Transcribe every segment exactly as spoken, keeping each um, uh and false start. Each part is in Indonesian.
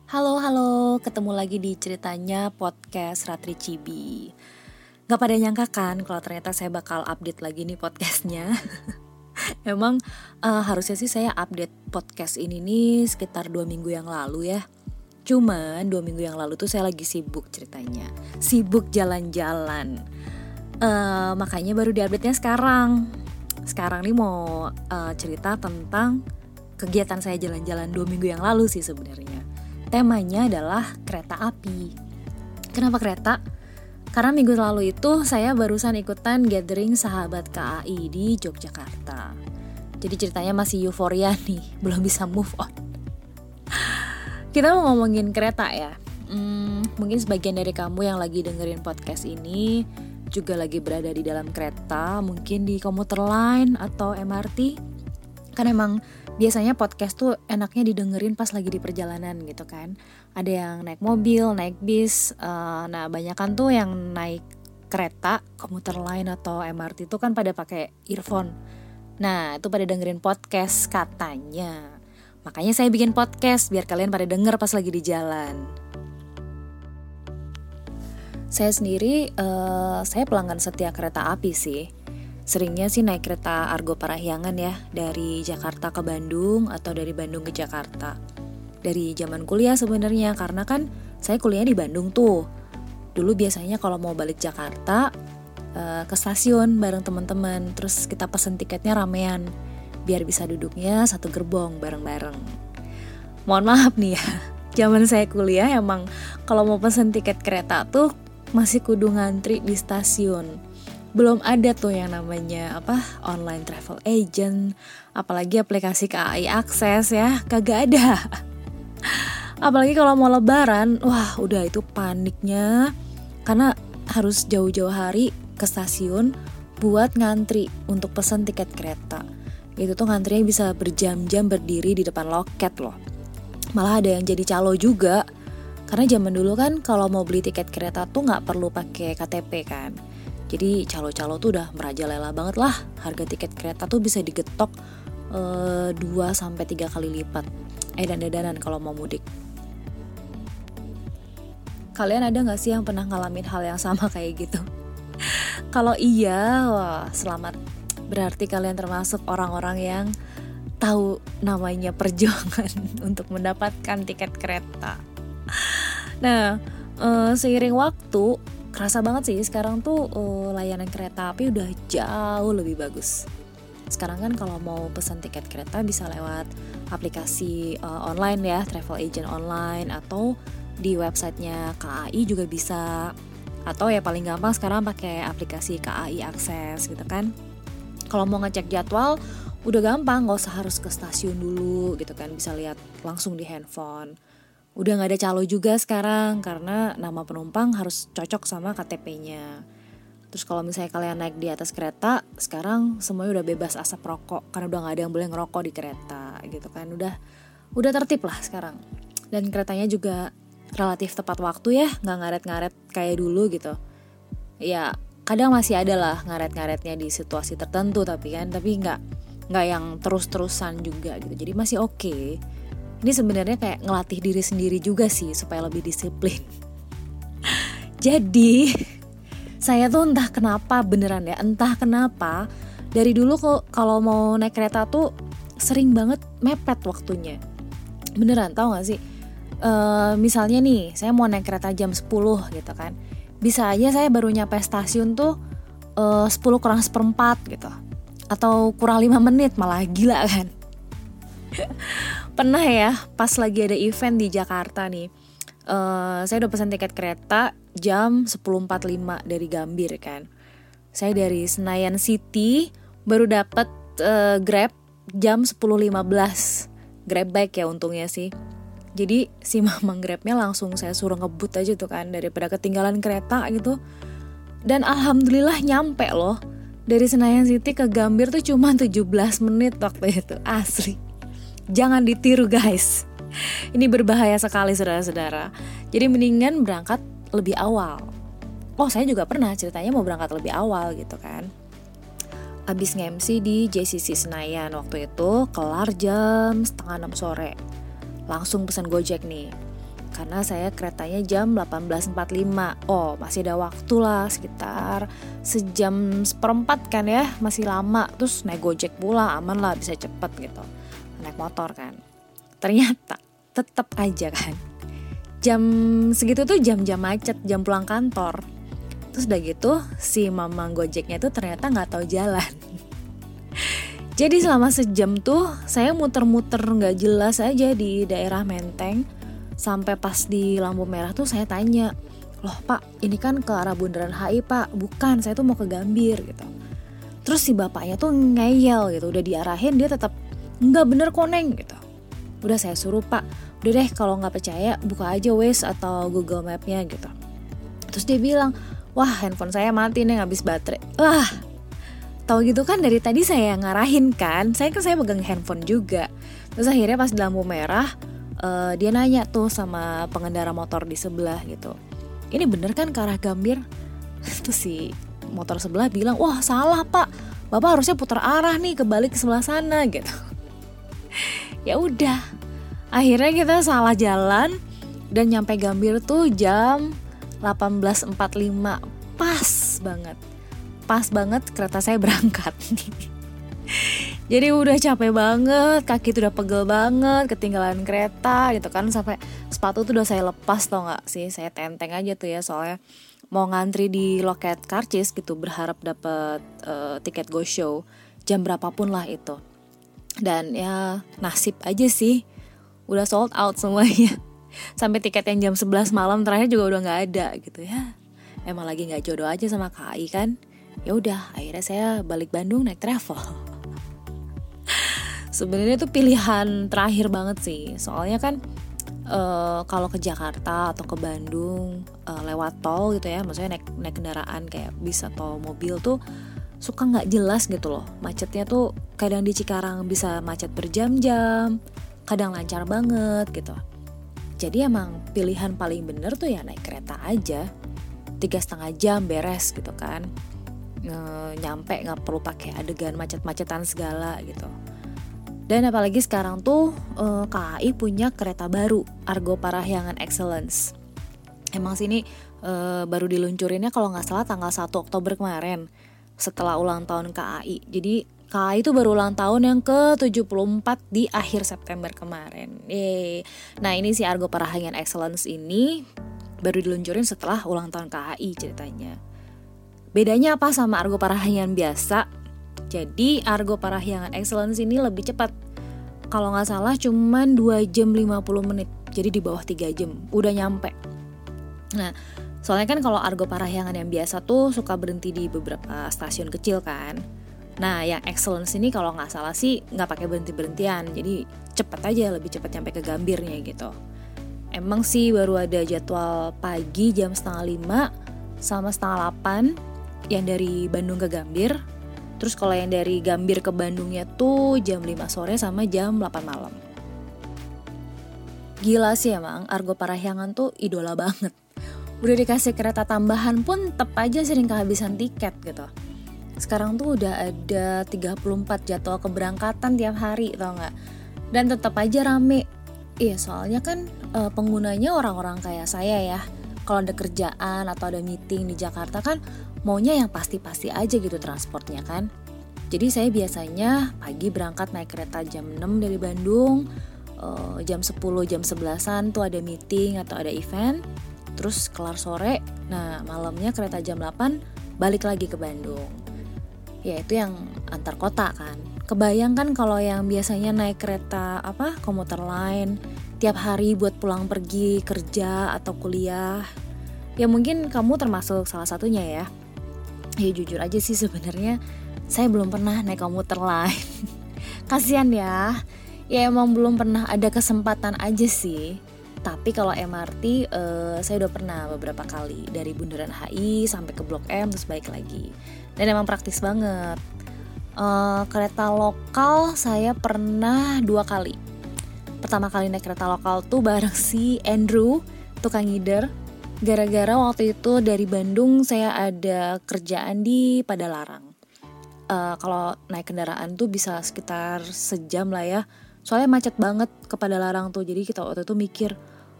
Halo, halo, ketemu lagi di ceritanya podcast Ratri Cibi. Gak pada nyangka kan kalau ternyata saya bakal update lagi nih podcastnya. Emang uh, harusnya sih saya update podcast ini nih sekitar dua minggu yang lalu ya. Cuman dua minggu yang lalu tuh saya lagi sibuk ceritanya. Sibuk jalan-jalan. uh, Makanya baru diupdate-nya sekarang. Sekarang nih mau uh, cerita tentang kegiatan saya jalan-jalan dua minggu yang lalu sih sebenarnya. Temanya adalah kereta api. Kenapa kereta? Karena minggu lalu itu saya barusan ikutan gathering sahabat K A I di Yogyakarta. Jadi ceritanya masih euforia nih, belum bisa move on. Kita mau ngomongin kereta ya. Hmm, mungkin sebagian dari kamu yang lagi dengerin podcast ini juga lagi berada di dalam kereta, mungkin di komuter line atau M R T. Kan emang biasanya podcast tuh enaknya didengerin pas lagi di perjalanan gitu kan. Ada yang naik mobil, naik bis, uh, nah banyakan tuh yang naik kereta, komuter lain atau M R T tuh kan pada pakai earphone. Nah itu pada dengerin podcast katanya. Makanya saya bikin podcast biar kalian pada denger pas lagi di jalan. Saya sendiri, uh, saya pelanggan setia kereta api sih. Seringnya sih naik kereta Argo Parahyangan ya, dari Jakarta ke Bandung atau dari Bandung ke Jakarta. Dari zaman kuliah sebenarnya, karena kan saya kuliah di Bandung tuh. Dulu biasanya kalau mau balik Jakarta ke stasiun bareng teman-teman, terus kita pesen tiketnya ramean biar bisa duduknya satu gerbong bareng-bareng. Mohon maaf nih ya, zaman saya kuliah emang kalau mau pesen tiket kereta tuh masih kudu ngantri di stasiun. Belum ada tuh yang namanya apa online travel agent, apalagi aplikasi K A I Akses ya, kagak ada. Apalagi kalau mau lebaran, wah udah itu paniknya karena harus jauh-jauh hari ke stasiun buat ngantri untuk pesan tiket kereta. Itu tuh ngantrinya bisa berjam-jam berdiri di depan loket loh. Malah ada yang jadi calo juga, karena zaman dulu kan kalau mau beli tiket kereta tuh nggak perlu pakai K T P kan. Jadi calo-calo tuh udah merajalela banget lah. Harga tiket kereta tuh bisa digetok e, dua sampai tiga kali lipat. Eh dan-danan kalau mau mudik. Kalian ada gak sih yang pernah ngalamin hal yang sama kayak gitu? Kalau iya, wah selamat. Berarti kalian termasuk orang-orang yang tahu namanya perjuangan untuk mendapatkan tiket kereta. Nah, e, seiring waktu kerasa banget sih sekarang tuh uh, layanan kereta api udah jauh lebih bagus. Sekarang kan kalau mau pesan tiket kereta bisa lewat aplikasi uh, online ya, travel agent online, atau di websitenya K A I juga bisa. Atau ya paling gampang sekarang pakai aplikasi K A I Akses gitu kan. Kalau mau ngecek jadwal udah gampang, gak usah harus ke stasiun dulu gitu kan, bisa lihat langsung di handphone. Udah gak ada calo juga sekarang karena nama penumpang harus cocok sama K T P-nya. Terus kalau misalnya kalian naik di atas kereta, sekarang semuanya udah bebas asap rokok karena udah gak ada yang boleh ngerokok di kereta gitu kan. Udah udah tertib lah sekarang. Dan keretanya juga relatif tepat waktu ya, gak ngaret-ngaret kayak dulu gitu. Ya kadang masih ada lah ngaret-ngaretnya di situasi tertentu tapi kan, tapi gak, gak yang terus-terusan juga gitu. Jadi masih oke. Okay. Ini sebenarnya kayak ngelatih diri sendiri juga sih supaya lebih disiplin. Jadi saya tuh entah kenapa beneran ya, entah kenapa dari dulu kok kalau mau naik kereta tuh sering banget mepet waktunya. Beneran, tahu nggak sih? E, misalnya nih, saya mau naik kereta jam sepuluh gitu kan, bisa aja saya baru nyampe stasiun tuh e, sepuluh kurang seperempat gitu, atau kurang lima menit, malah gila kan. Pernah ya pas lagi ada event di Jakarta nih, uh, saya udah pesan tiket kereta jam sepuluh empat puluh lima dari Gambir kan. Saya dari Senayan City baru dapet uh, Grab jam sepuluh lima belas. Grab bike ya untungnya sih. Jadi si mamang Grabnya langsung saya suruh ngebut aja tuh kan, daripada ketinggalan kereta gitu. Dan alhamdulillah nyampe loh. Dari Senayan City ke Gambir tuh cuma tujuh belas menit waktu itu, asli. Jangan ditiru guys. Ini berbahaya sekali saudara-saudara. Jadi mendingan berangkat lebih awal. Oh saya juga pernah ceritanya mau berangkat lebih awal gitu kan. Abis nge-M C di J C C Senayan waktu itu, kelar jam setengah enam sore. Langsung pesan Gojek nih. karena saya keretanya jam delapan belas empat puluh lima. Oh, masih ada waktu lah, sekitar sejam seperempat kan ya, masih lama. Terus naik Gojek pula, aman lah, bisa cepet gitu. Naik motor kan. Ternyata tetap aja kan, jam segitu tuh jam-jam macet, jam pulang kantor. Terus udah gitu si mamang Gojeknya tuh ternyata gak tahu jalan. Jadi selama sejam tuh saya muter-muter gak jelas aja di daerah Menteng. Sampai pas di lampu merah tuh saya tanya, loh Pak, ini kan ke arah Bundaran H I Pak. Bukan, saya tuh mau ke Gambir gitu. Terus si bapaknya tuh ngeyel gitu, udah diarahin dia tetap enggak bener koneng gitu. Udah saya suruh, Pak, udah deh kalau gak percaya buka aja Waze atau Google Map-nya gitu. Terus dia bilang, wah handphone saya mati nih, habis baterai. Wah, tahu gitu kan dari tadi saya ngarahin kan, saya kan saya pegang handphone juga. Terus akhirnya pas di lampu merah, uh, dia nanya tuh sama pengendara motor di sebelah gitu, ini bener kan ke arah Gambir? Terus si motor sebelah bilang, wah salah Pak, Bapak harusnya putar arah nih, kebalik ke sebelah sana gitu. Ya udah, akhirnya kita salah jalan dan nyampe Gambir tuh jam delapan belas empat puluh lima, pas banget. Pas banget kereta saya berangkat. Jadi udah capek banget, kaki tuh udah pegel banget, ketinggalan kereta gitu kan. Sampai sepatu tuh udah saya lepas, tau gak sih, saya tenteng aja tuh ya. Soalnya mau ngantri di loket karcis gitu, berharap dapet uh, tiket go show jam berapapun lah itu. Dan ya nasib aja sih, udah sold out semuanya. Sampai tiket yang jam sebelas malam terakhir juga udah gak ada gitu ya. Emang lagi gak jodoh aja sama K A I kan. Ya udah, akhirnya saya balik Bandung naik travel. Sebenarnya itu pilihan terakhir banget sih. Soalnya kan e, kalau ke Jakarta atau ke Bandung e, lewat tol gitu ya, maksudnya naik naik kendaraan kayak bis atau mobil tuh suka nggak jelas gitu loh. Macetnya tuh kadang di Cikarang bisa macet berjam-jam, kadang lancar banget gitu. Jadi emang pilihan paling bener tuh ya naik kereta aja. Tiga setengah jam beres gitu kan. Nge- nyampe nggak perlu pakai adegan macet-macetan segala gitu. Dan apalagi sekarang tuh eh, K A I punya kereta baru, Argo Parahyangan Excellence. Emang sini eh, baru diluncurinnya kalau nggak salah tanggal satu Oktober kemarin, setelah ulang tahun K A I. Jadi K A I itu baru ulang tahun yang ke tujuh puluh empat di akhir September kemarin. Yeay. Nah ini si Argo Parahyangan Excellence ini baru diluncurin setelah ulang tahun K A I ceritanya. Bedanya apa sama Argo Parahyangan biasa? Jadi Argo Parahyangan Excellence ini lebih cepat. Kalau gak salah cuman dua jam lima puluh menit. Jadi di bawah tiga jam udah nyampe. Nah soalnya kan kalau Argo Parahyangan yang biasa tuh suka berhenti di beberapa stasiun kecil kan. Nah yang Excellence ini kalau gak salah sih gak pakai berhenti-berhentian. Jadi cepat aja, lebih cepat nyampe ke Gambirnya gitu. Emang sih baru ada jadwal pagi jam setengah lima sama setengah delapan yang dari Bandung ke Gambir. Terus kalau yang dari Gambir ke Bandungnya tuh jam lima sore sama jam delapan malam. Gila sih emang, Argo Parahyangan tuh idola banget. Udah dikasih kereta tambahan pun tetep aja sering kehabisan tiket gitu. Sekarang tuh udah ada tiga puluh empat jadwal keberangkatan tiap hari, tau gak? Dan tetep aja rame. Iya soalnya kan e, penggunanya orang-orang kayak saya ya. Kalau ada kerjaan atau ada meeting di Jakarta kan maunya yang pasti-pasti aja gitu transportnya kan. Jadi saya biasanya pagi berangkat naik kereta jam enam dari Bandung, uh, jam sepuluh, jam sebelasan tuh ada meeting atau ada event. Terus kelar sore, nah malamnya kereta jam delapan balik lagi ke Bandung. Ya itu yang antar kota kan. Kebayang kan kalau yang biasanya naik kereta apa komuter lain tiap hari buat pulang pergi kerja atau kuliah. Ya mungkin kamu termasuk salah satunya ya. Ya jujur aja sih sebenarnya saya belum pernah naik komuter lain. Kasian ya. Ya emang belum pernah ada kesempatan aja sih. Tapi kalau M R T eh, saya udah pernah beberapa kali. Dari Bundaran H I sampai ke Blok M terus balik lagi. Dan emang praktis banget. eh, Kereta lokal saya pernah dua kali. Pertama kali naik kereta lokal tuh bareng si Andrew, tukang ngider. Gara-gara waktu itu dari Bandung saya ada kerjaan di Padalarang. Uh, kalau naik kendaraan tuh bisa sekitar sejam lah ya. Soalnya macet banget ke Padalarang tuh. Jadi kita waktu itu mikir,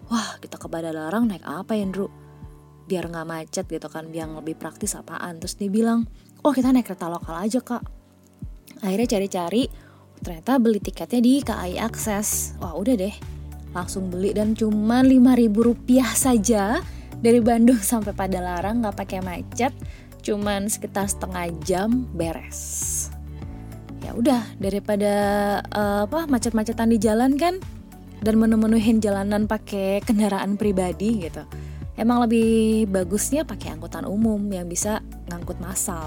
wah kita ke Padalarang naik apa ya Ndru? Biar gak macet gitu kan, biar lebih praktis apaan. Terus dia bilang, oh kita naik kereta lokal aja kak. Akhirnya cari-cari, ternyata beli tiketnya di K A I Akses. Wah udah deh, langsung beli dan cuma lima ribu rupiah saja dari Bandung sampai Padalarang, gak pakai macet, cuman sekitar setengah jam beres. Ya udah, daripada uh, apa macet-macetan di jalan kan, dan menu-menuhin jalanan pakai kendaraan pribadi gitu. Emang lebih bagusnya pakai angkutan umum yang bisa ngangkut massal.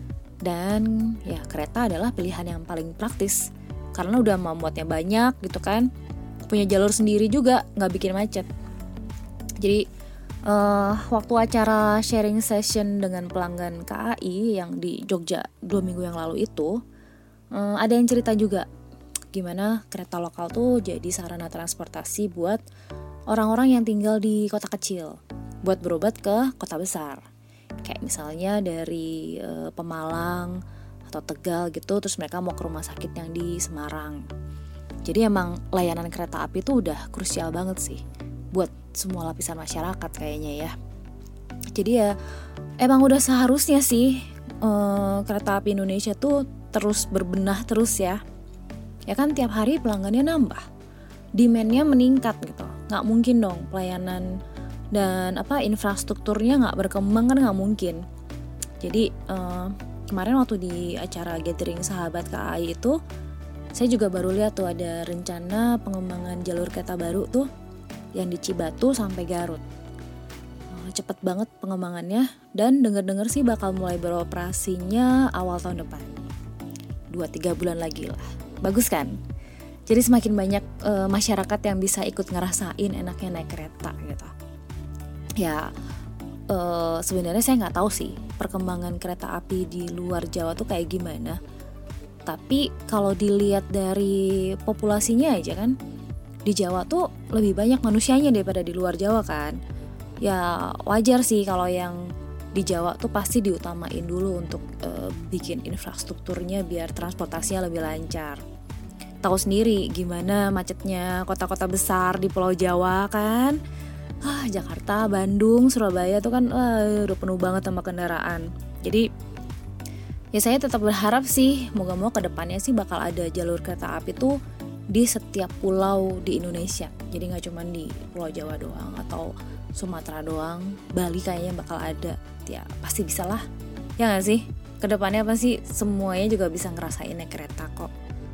Dan ya kereta adalah pilihan yang paling praktis karena udah memuatnya banyak gitu kan, punya jalur sendiri juga, nggak bikin macet. Jadi uh, waktu acara sharing session dengan pelanggan K A I yang di Jogja dua minggu yang lalu itu, uh, ada yang cerita juga gimana kereta lokal tuh jadi sarana transportasi buat orang-orang yang tinggal di kota kecil buat berobat ke kota besar. Kayak misalnya dari e, Pemalang atau Tegal gitu, terus mereka mau ke rumah sakit yang di Semarang. Jadi emang layanan kereta api tuh udah krusial banget sih buat semua lapisan masyarakat kayaknya ya. Jadi ya emang udah seharusnya sih e, kereta api Indonesia tuh terus berbenah terus ya. Ya kan tiap hari pelanggannya nambah, demand-nya meningkat gitu. Nggak mungkin dong pelayanan dan apa infrastrukturnya nggak berkembang kan, nggak mungkin. Jadi uh, kemarin waktu di acara gathering sahabat K A I itu, saya juga baru lihat tuh ada rencana pengembangan jalur kereta baru tuh yang di Cibatu sampai Garut. Uh, cepet banget pengembangannya dan dengar-dengar sih bakal mulai beroperasinya awal tahun depan, dua tiga bulan lagi lah. Bagus kan? Jadi semakin banyak uh, masyarakat yang bisa ikut ngerasain enaknya naik kereta gitu. Ya uh, sebenarnya saya nggak tahu sih perkembangan kereta api di luar Jawa tuh kayak gimana. Tapi kalau dilihat dari populasinya aja kan, di Jawa tuh lebih banyak manusianya daripada di luar Jawa kan. Ya wajar sih kalau yang di Jawa tuh pasti diutamain dulu untuk uh, bikin infrastrukturnya biar transportasinya lebih lancar. Tahu sendiri gimana macetnya kota-kota besar di Pulau Jawa kan. Ah, Jakarta, Bandung, Surabaya tuh kan uh, udah penuh banget sama kendaraan. Jadi ya saya tetap berharap sih moga-moga kedepannya sih bakal ada jalur kereta api tuh di setiap pulau di Indonesia. Jadi gak cuma di Pulau Jawa doang atau Sumatera doang, Bali kayaknya bakal ada. Ya pasti bisa lah, ya gak sih? Kedepannya pasti semuanya juga bisa ngerasain naik kereta kok.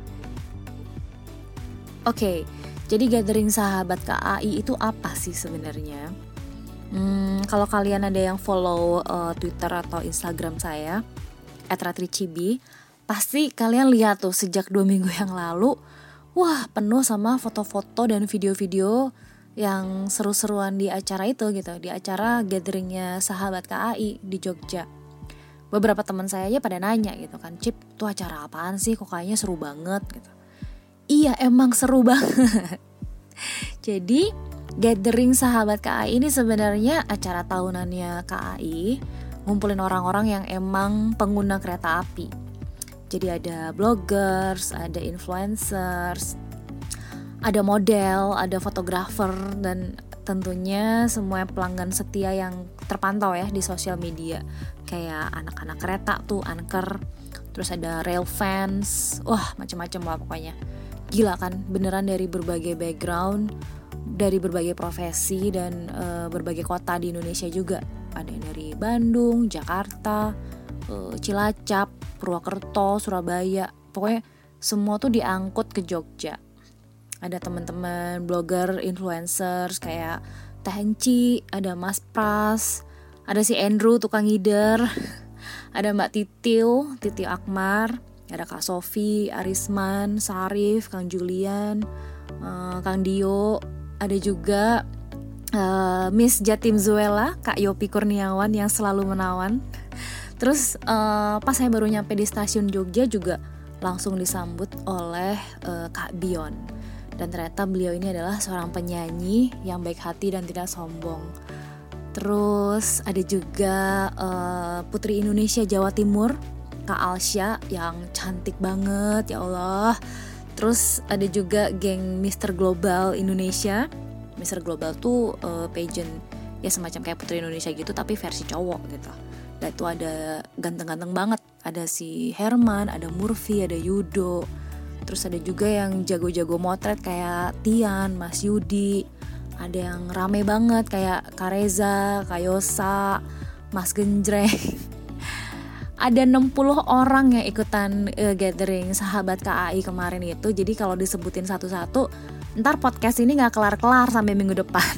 Oke, okay. Jadi gathering sahabat K A I itu apa sih sebenarnya? Hmm, kalau kalian ada yang follow uh, Twitter atau Instagram saya et ratricibi, pasti kalian lihat tuh sejak dua minggu yang lalu, wah penuh sama foto-foto dan video-video yang seru-seruan di acara itu gitu, di acara gatheringnya sahabat K A I di Jogja. Beberapa teman saya aja pada nanya gitu kan, Cip, tuh acara apaan sih? Kok kayaknya seru banget gitu. Iya emang seru banget. Jadi gathering sahabat K A I ini sebenarnya acara tahunannya K A I, ngumpulin orang-orang yang emang pengguna kereta api. Jadi ada bloggers, ada influencers, ada model, ada fotografer, dan tentunya semua pelanggan setia yang terpantau ya di sosial media. Kayak anak-anak kereta tuh, anchor, terus ada rail fans, wah macam-macam lah pokoknya. Gila kan, beneran dari berbagai background, dari berbagai profesi dan e, berbagai kota di Indonesia juga. Ada yang dari Bandung, Jakarta, e, Cilacap, Purwokerto, Surabaya. Pokoknya semua tuh diangkut ke Jogja. Ada teman-teman blogger, influencers kayak Teh Enci, ada Mas Pras, ada si Andrew tukang ngider, ada Mbak Titiu, Titi Akmar, ada Kak Sofi, Arisman, Sarif, Kang Julian, uh, Kang Dio, ada juga uh, Miss Jatim Zuela, Kak Yopi Kurniawan yang selalu menawan. Terus uh, pas saya baru nyampe di stasiun Jogja juga langsung disambut oleh uh, Kak Bion. Dan ternyata beliau ini adalah seorang penyanyi yang baik hati dan tidak sombong. Terus ada juga uh, Putri Indonesia Jawa Timur, Kak Alsya yang cantik banget, ya Allah. Terus ada juga geng mister Global Indonesia, Mister Global tuh uh, pageant ya semacam kayak Putri Indonesia gitu tapi versi cowok gitu. Dan itu ada ganteng-ganteng banget, ada si Herman, ada Murphy, ada Yudo, terus ada juga yang jago-jago motret kayak Tian, Mas Yudi, ada yang rame banget kayak Kak Reza, Kak Yosa, Mas Genjreng. Ada enam puluh orang yang ikutan uh, gathering sahabat K A I kemarin itu. Jadi kalau disebutin satu-satu, ntar podcast ini gak kelar-kelar sampai minggu depan.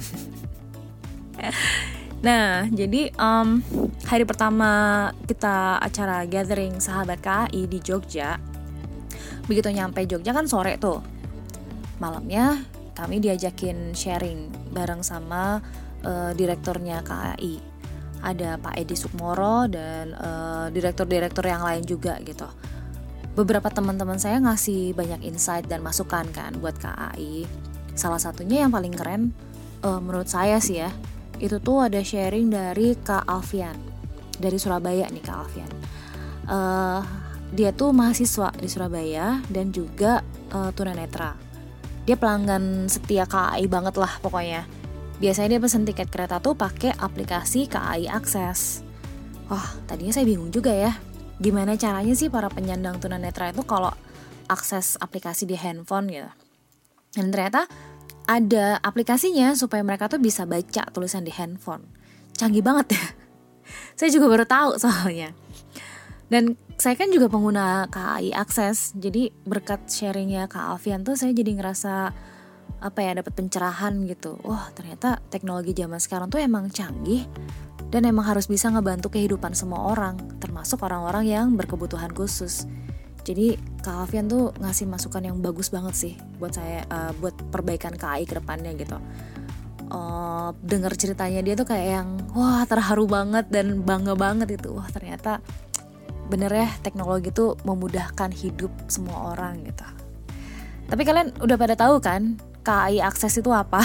Nah, jadi um, hari pertama kita acara gathering sahabat K A I di Jogja. Begitu nyampe Jogja kan sore tuh. Malamnya kami diajakin sharing bareng sama uh, direkturnya K A I. Ada Pak Edi Sukmoro dan uh, direktur-direktur yang lain juga gitu. Beberapa teman-teman saya ngasih banyak insight dan masukan kan buat K A I. Salah satunya yang paling keren uh, menurut saya sih ya, itu tuh ada sharing dari Kak Alfian dari Surabaya nih Kak Alfian. Uh, dia tuh mahasiswa di Surabaya dan juga uh, tunanetra. Dia pelanggan setia K A I banget lah pokoknya. Biasanya dia pesen tiket kereta tuh pakai aplikasi K A I Akses. Wah, tadinya saya bingung juga ya. Gimana caranya sih para penyandang tunanetra itu kalau akses aplikasi di handphone gitu. Dan ternyata ada aplikasinya supaya mereka tuh bisa baca tulisan di handphone. Canggih banget ya. Saya juga baru tahu soalnya. Dan saya kan juga pengguna K A I Akses. Jadi berkat sharingnya Kak Alfian tuh saya jadi ngerasa apa ya, dapat pencerahan gitu. Wah, ternyata teknologi zaman sekarang tuh emang canggih dan emang harus bisa ngebantu kehidupan semua orang, termasuk orang-orang yang berkebutuhan khusus. Jadi Kak Alfian tuh ngasih masukan yang bagus banget sih buat saya, uh, buat perbaikan K A I ke depannya gitu. Uh, dengar ceritanya dia tuh kayak yang wah terharu banget dan bangga banget itu. Wah, ternyata bener ya teknologi tuh memudahkan hidup semua orang gitu. Tapi kalian udah pada tahu kan K A I Akses itu apa?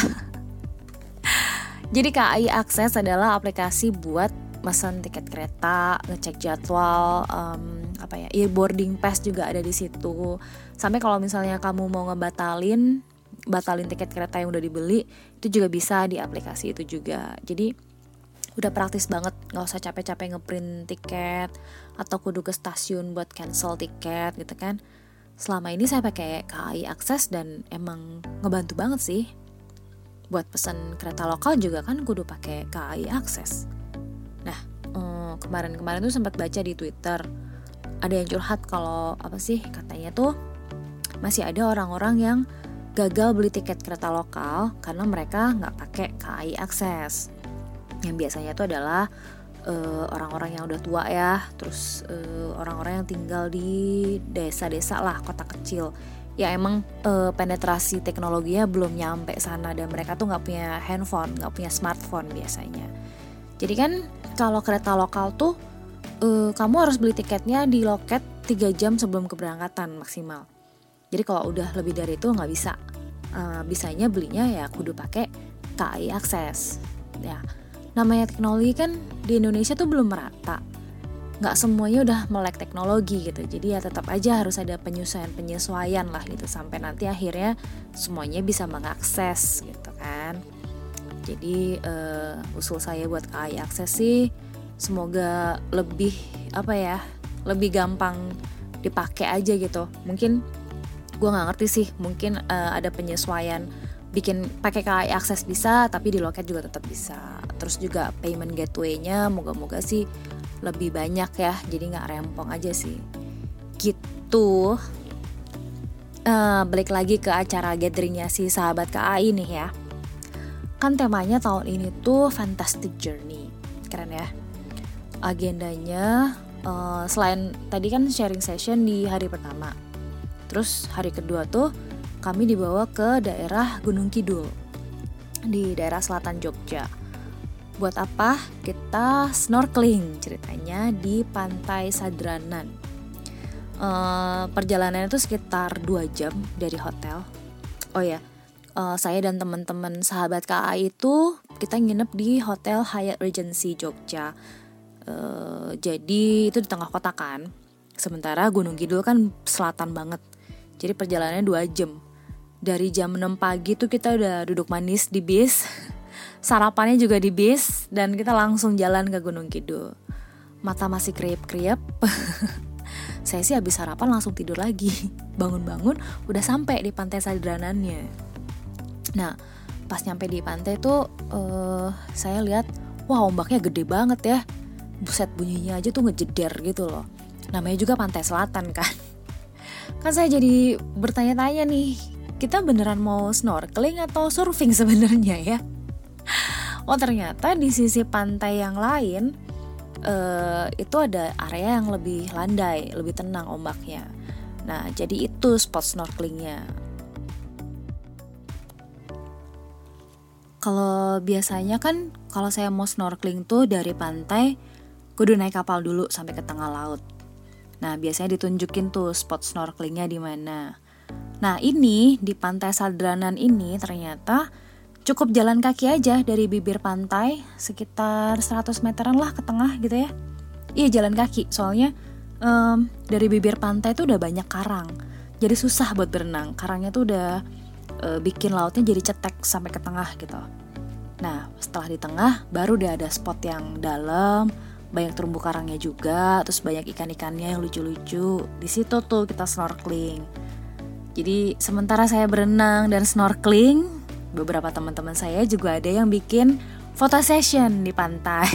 Jadi K A I Akses adalah aplikasi buat pesan tiket kereta, ngecek jadwal, um, apa ya, e-boarding pass juga ada di situ. Sampai kalau misalnya kamu mau ngebatalin, batalin tiket kereta yang udah dibeli, itu juga bisa di aplikasi itu juga. Jadi udah praktis banget, nggak usah capek-capek ngeprint tiket atau kudu ke stasiun buat cancel tiket gitu kan. Selama ini saya pakai K A I Akses dan emang ngebantu banget sih. Buat pesan kereta lokal juga kan kudu pakai K A I Akses. Nah, eh, kemarin-kemarin tuh sempat baca di Twitter ada yang curhat kalau apa sih katanya tuh masih ada orang-orang yang gagal beli tiket kereta lokal karena mereka nggak pakai K A I Akses. Yang biasanya tuh adalah Uh, orang-orang yang udah tua ya, terus uh, orang-orang yang tinggal di desa-desa lah, kota kecil. Ya emang uh, penetrasi teknologinya belum nyampe sana dan mereka tuh nggak punya handphone, nggak punya smartphone biasanya. Jadi kan kalau kereta lokal tuh uh, kamu harus beli tiketnya di loket tiga jam sebelum keberangkatan maksimal. Jadi kalau udah lebih dari itu nggak bisa. Uh, bisanya belinya ya kudu pakai K A I Akses. Ya. Namanya teknologi kan di Indonesia tuh belum merata. Gak semuanya udah melek teknologi gitu. Jadi ya tetap aja harus ada penyesuaian-penyesuaian lah gitu. Sampai nanti akhirnya semuanya bisa mengakses gitu kan. Jadi uh, usul saya buat K A I Akses sih semoga lebih apa ya, lebih gampang dipakai aja gitu. Mungkin gue gak ngerti sih, mungkin uh, ada penyesuaian bikin pakai K A I Akses bisa, tapi di loket juga tetap bisa. Terus juga payment gateway-nya moga-moga sih lebih banyak ya, jadi nggak rempong aja sih. Gitu. Uh, balik lagi ke acara gatheringnya si sahabat K A I nih ya. Kan temanya tahun ini tuh Fantastic Journey, keren ya. Agendanya uh, selain tadi kan sharing session di hari pertama, terus hari kedua tuh kami dibawa ke daerah Gunung Kidul di daerah selatan Jogja. Buat apa? Kita snorkeling ceritanya di Pantai Sadranan. E, perjalanannya itu sekitar dua jam dari hotel. Oh ya, e, saya dan teman-teman sahabat K A I itu kita nginep di Hotel Hyatt Regency Jogja. E, jadi itu di tengah kota kan. Sementara Gunung Kidul kan selatan banget. Jadi perjalanannya dua jam. Dari jam enam pagi tuh kita udah duduk manis di bis, sarapannya juga di bis, dan kita langsung jalan ke Gunung Kidul. Mata masih kriep-kriep. Saya sih habis sarapan langsung tidur lagi. Bangun-bangun udah sampai di Pantai Sadranannya. Nah, pas nyampe di pantai tuh uh, saya lihat, wah ombaknya gede banget ya. Buset, bunyinya aja tuh ngejeder gitu loh. Namanya juga pantai selatan kan. Kan saya jadi bertanya-tanya nih, kita beneran mau snorkeling atau surfing sebenarnya ya? Oh ternyata di sisi pantai yang lain uh, itu ada area yang lebih landai, lebih tenang ombaknya. Nah jadi itu spot snorkelingnya. Kalau biasanya kan kalau saya mau snorkeling tuh dari pantai kudu naik kapal dulu sampai ke tengah laut. Nah biasanya ditunjukin tuh spot snorkelingnya di mana. Nah ini di Pantai Sadranan ini ternyata cukup jalan kaki aja dari bibir pantai sekitar seratus meteran lah ke tengah gitu ya. Iya jalan kaki soalnya um, dari bibir pantai tuh udah banyak karang. Jadi susah buat berenang. Karangnya tuh udah e, bikin lautnya jadi cetek sampai ke tengah gitu. Nah setelah di tengah baru udah ada spot yang dalam, banyak terumbu karangnya juga, terus banyak ikan-ikannya yang lucu-lucu. Di situ tuh kita snorkeling. Jadi sementara saya berenang dan snorkeling, beberapa teman-teman saya juga ada yang bikin foto session di pantai.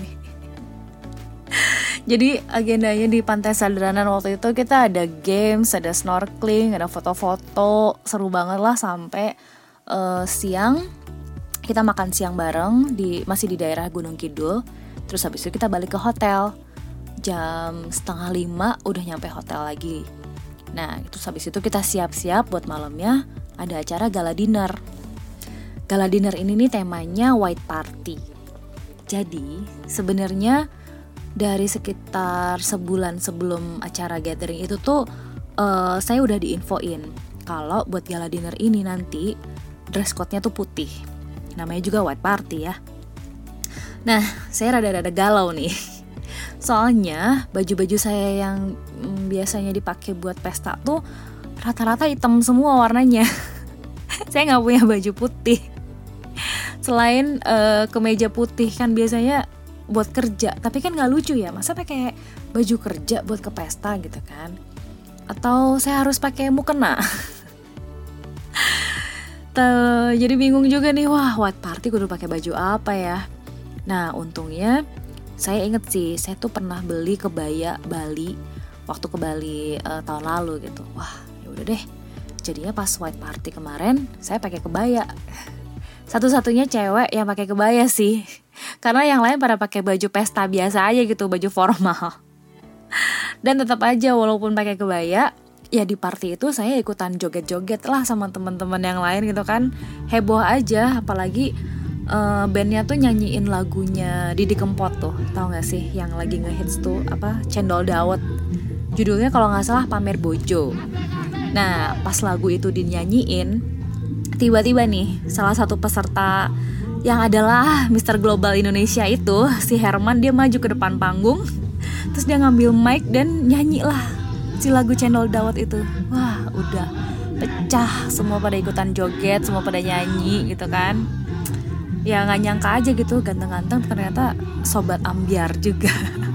Jadi agendanya di Pantai Sadranan waktu itu kita ada games, ada snorkeling, ada foto-foto, seru banget lah sampai uh, siang. Kita makan siang bareng di masih di daerah Gunung Kidul. Terus habis itu kita balik ke hotel. Jam setengah lima udah nyampe hotel lagi. Nah, terus habis itu kita siap-siap buat malamnya ada acara gala dinner. Gala dinner ini nih temanya white party. Jadi sebenarnya dari sekitar sebulan sebelum acara gathering itu tuh uh, saya udah diinfoin kalau buat gala dinner ini nanti dress code-nya tuh putih. Namanya juga white party ya. Nah, saya rada-rada galau nih. Soalnya baju-baju saya yang mm, biasanya dipakai buat pesta tuh rata-rata hitam semua warnanya. Saya nggak punya baju putih. Selain uh, kemeja putih kan biasanya buat kerja, tapi kan nggak lucu ya, masa pakai baju kerja buat ke pesta gitu kan? Atau saya harus pakai mukena? Tuh, jadi bingung juga nih, wah white party kudu pakai baju apa ya? Nah untungnya saya inget sih, saya tuh pernah beli kebaya Bali waktu ke Bali uh, tahun lalu gitu. Wah ya udah deh, jadinya pas white party kemarin saya pakai kebaya. Satu-satunya cewek yang pakai kebaya sih. Karena yang lain pada pakai baju pesta biasa aja gitu, baju formal. Dan tetap aja walaupun pakai kebaya, ya di party itu saya ikutan joget-joget lah sama teman-teman yang lain gitu kan. Heboh aja, apalagi uh, bandnya tuh nyanyiin lagunya Didi Kempot tuh. Tahu nggak sih yang lagi ngehits tuh apa? Cendol Dawet. Judulnya kalau nggak salah Pamer Bojo. Nah pas lagu itu dinyanyiin, tiba-tiba nih salah satu peserta yang adalah mister Global Indonesia itu, si Herman, dia maju ke depan panggung. Terus dia ngambil mic dan nyanyi lah si lagu Cendol Dawet itu. Wah udah pecah, semua pada ikutan joget, semua pada nyanyi gitu kan. Ya gak nyangka aja gitu, ganteng-ganteng ternyata sobat ambyar juga.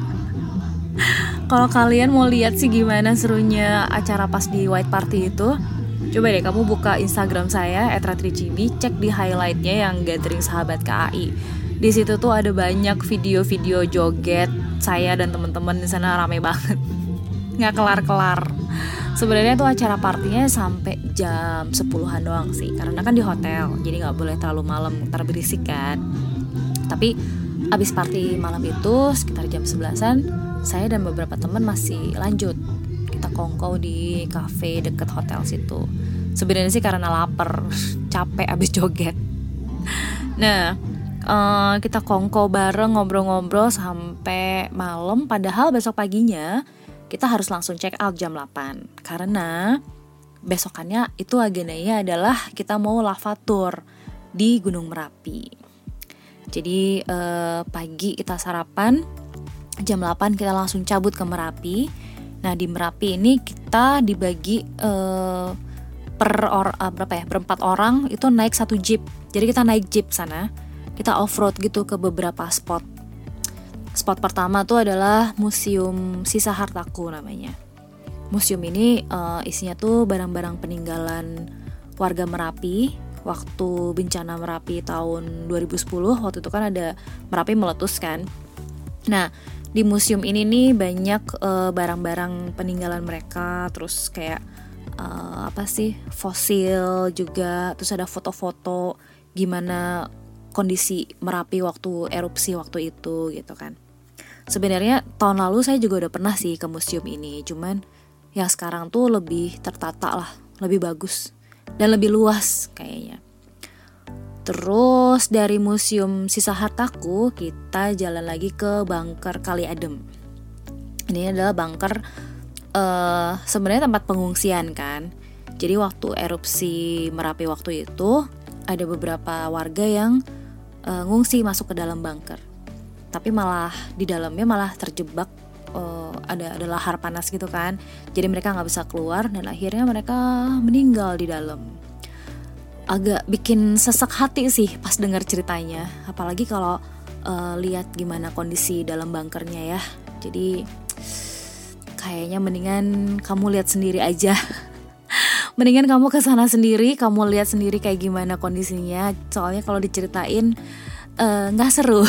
Kalau kalian mau lihat sih gimana serunya acara pas di white party itu, coba deh kamu buka Instagram saya et ratricibi, cek di highlightnya yang gathering sahabat K A I. Di situ tuh ada banyak video-video joget saya dan teman-teman di sana, rame banget. Nggak kelar-kelar. Sebenarnya tuh acara partinya sampai jam sepuluhan doang sih, karena kan di hotel, jadi nggak boleh terlalu malam, ntar berisik kan. Tapi abis party malam itu sekitar jam sebelasan, saya dan beberapa teman masih lanjut. Kita kongkow di cafe deket hotel situ. Sebenarnya sih karena lapar, capek abis joget. Nah, uh, kita kongkow bareng, ngobrol-ngobrol sampai malam. Padahal besok paginya kita harus langsung check out jam delapan. Karena besokannya itu agendanya adalah kita mau lavatur di Gunung Merapi. Jadi uh, pagi kita sarapan, jam delapan kita langsung cabut ke Merapi. Nah di Merapi ini kita dibagi uh, per or, uh, berapa ya berempat orang itu naik satu jeep. Jadi kita naik jeep sana, kita off road gitu ke beberapa spot. Spot pertama tuh adalah Museum Sisa Hartaku namanya. Museum ini uh, isinya tuh barang-barang peninggalan warga Merapi waktu bencana Merapi tahun dua ribu sepuluh. Waktu itu kan ada Merapi meletus kan. Nah, di museum ini nih banyak uh, barang-barang peninggalan mereka, terus kayak uh, apa sih fosil juga, terus ada foto-foto gimana kondisi Merapi waktu erupsi waktu itu gitu kan. Sebenarnya tahun lalu saya juga udah pernah sih ke museum ini, cuman yang sekarang tuh lebih tertata lah, lebih bagus dan lebih luas kayaknya. Terus dari Museum Sisa Hartaku kita jalan lagi ke Bunker Kali Adem. Ini adalah bunker uh, sebenarnya tempat pengungsian kan. Jadi waktu erupsi Merapi waktu itu ada beberapa warga yang uh, ngungsi masuk ke dalam bunker. Tapi malah di dalamnya malah terjebak, uh, ada ada lahar panas gitu kan. Jadi mereka nggak bisa keluar dan akhirnya mereka meninggal di dalam. Agak bikin sesak hati sih pas dengar ceritanya, apalagi kalau uh, lihat gimana kondisi dalam bunkernya ya. Jadi kayaknya mendingan kamu lihat sendiri aja. Mendingan kamu kesana sendiri, kamu lihat sendiri kayak gimana kondisinya. Soalnya kalau diceritain nggak uh, seru.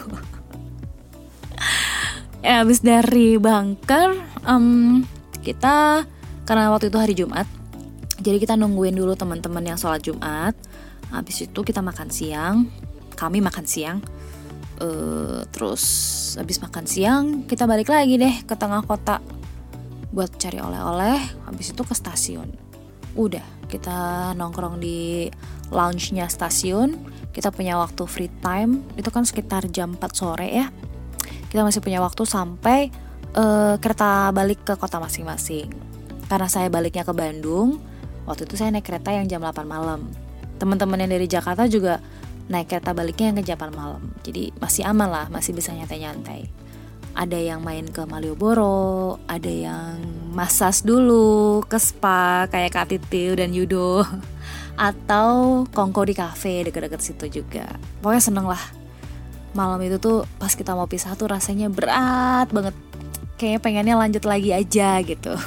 Ya, habis dari bunker, um, kita karena waktu itu hari Jumat. Jadi kita nungguin dulu teman-teman yang sholat Jumat. Habis itu kita makan siang. Kami makan siang. Uh, terus habis makan siang kita balik lagi deh ke tengah kota buat cari oleh-oleh. Habis itu ke stasiun. Udah, kita nongkrong di lounge-nya stasiun. Kita punya waktu free time. Itu kan sekitar jam empat sore ya. Kita masih punya waktu sampai uh, kereta balik ke kota masing-masing. Karena saya baliknya ke Bandung, waktu itu saya naik kereta yang jam delapan malam. Teman-teman yang dari Jakarta juga naik kereta baliknya yang ke jam delapan malam. Jadi masih aman lah, masih bisa nyantai-nyantai. Ada yang main ke Malioboro, ada yang massage dulu ke spa kayak Kak Titiu dan Yudo, atau kongko di cafe dekat-dekat situ juga. Pokoknya seneng lah. Malam itu tuh pas kita mau pisah tuh rasanya berat banget. Kayaknya pengennya lanjut lagi aja gitu.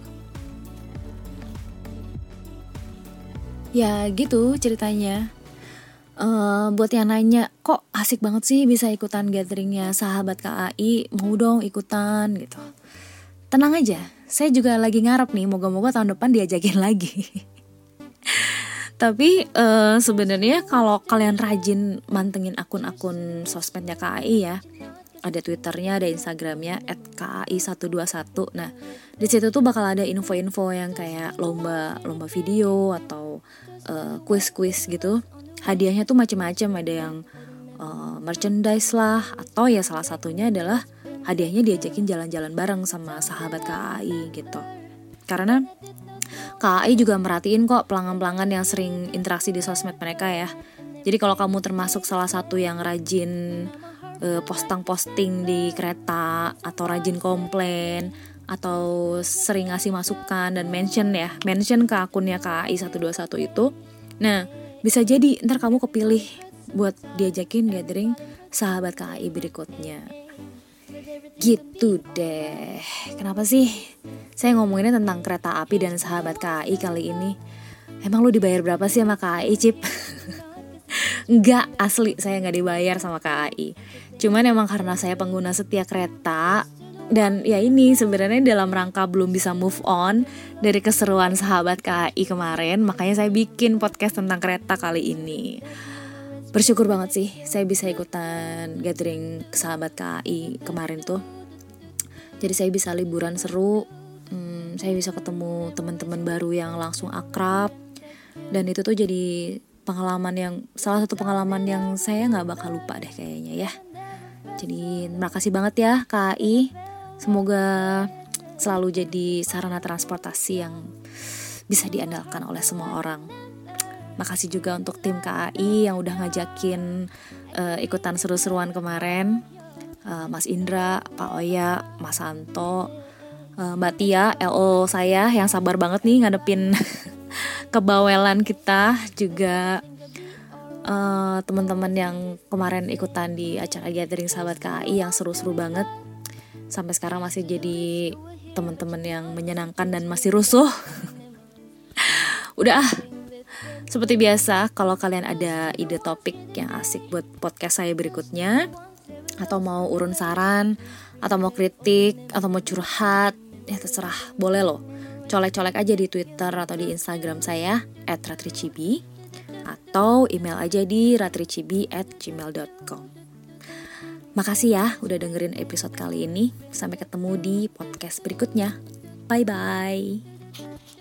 Ya gitu ceritanya. Uh, buat yang nanya, kok asik banget sih bisa ikutan gatheringnya sahabat K A I, mau dong ikutan gitu. Tenang aja, saya juga lagi ngarep nih, moga-moga tahun depan diajakin lagi. Tapi uh, sebenarnya kalau kalian rajin mantengin akun-akun sosmednya K A I ya, ada Twitternya, ada Instagramnya et K A I satu dua satu. Nah, di situ tuh bakal ada info-info yang kayak lomba lomba video atau uh, quiz-quiz gitu. Hadiahnya tuh macam-macam, ada yang uh, merchandise lah, atau ya salah satunya adalah hadiahnya diajakin jalan-jalan bareng sama sahabat K A I gitu. Karena K A I juga merhatiin kok pelanggan-pelanggan yang sering interaksi di sosmed mereka ya. Jadi kalau kamu termasuk salah satu yang rajin uh, posting-posting di kereta, atau rajin komplain, atau sering ngasih masukan dan mention ya, mention ke akunnya K A I satu dua satu itu, nah bisa jadi ntar kamu kepilih buat diajakin gathering sahabat K A I berikutnya. Gitu deh. Kenapa sih saya ngomonginnya tentang kereta api dan sahabat K A I kali ini? Emang lu dibayar berapa sih sama K A I, Cip? Enggak, asli saya gak dibayar sama K A I. Cuman emang karena saya pengguna setia kereta, dan ya ini sebenarnya dalam rangka belum bisa move on dari keseruan sahabat K A I kemarin, makanya saya bikin podcast tentang kereta kali ini. Bersyukur banget sih saya bisa ikutan gathering sahabat K A I kemarin tuh. Jadi saya bisa liburan seru, hmm, saya bisa ketemu teman-teman baru yang langsung akrab, dan itu tuh jadi pengalaman yang salah satu pengalaman yang saya nggak bakal lupa deh kayaknya ya. Jadi makasih banget ya K A I. Semoga selalu jadi sarana transportasi yang bisa diandalkan oleh semua orang. Makasih juga untuk tim K A I yang udah ngajakin uh, ikutan seru-seruan kemarin. uh, Mas Indra, Pak Oya, Mas Santo, uh, Mbak Tia, L O saya yang sabar banget nih ngadepin kebawelan kita, juga uh, teman-teman yang kemarin ikutan di acara gathering sahabat K A I yang seru-seru banget. Sampai sekarang masih jadi teman-teman yang menyenangkan dan masih rusuh. Udah ah, seperti biasa, kalau kalian ada ide topik yang asik buat podcast saya berikutnya, atau mau urun saran, atau mau kritik, atau mau curhat, ya terserah, boleh loh. Colek-colek aja di Twitter atau di Instagram saya at ratricibi, atau email aja di ratricibi at gmail dot com. Makasih ya udah dengerin episode kali ini. Sampai ketemu di podcast berikutnya. Bye-bye.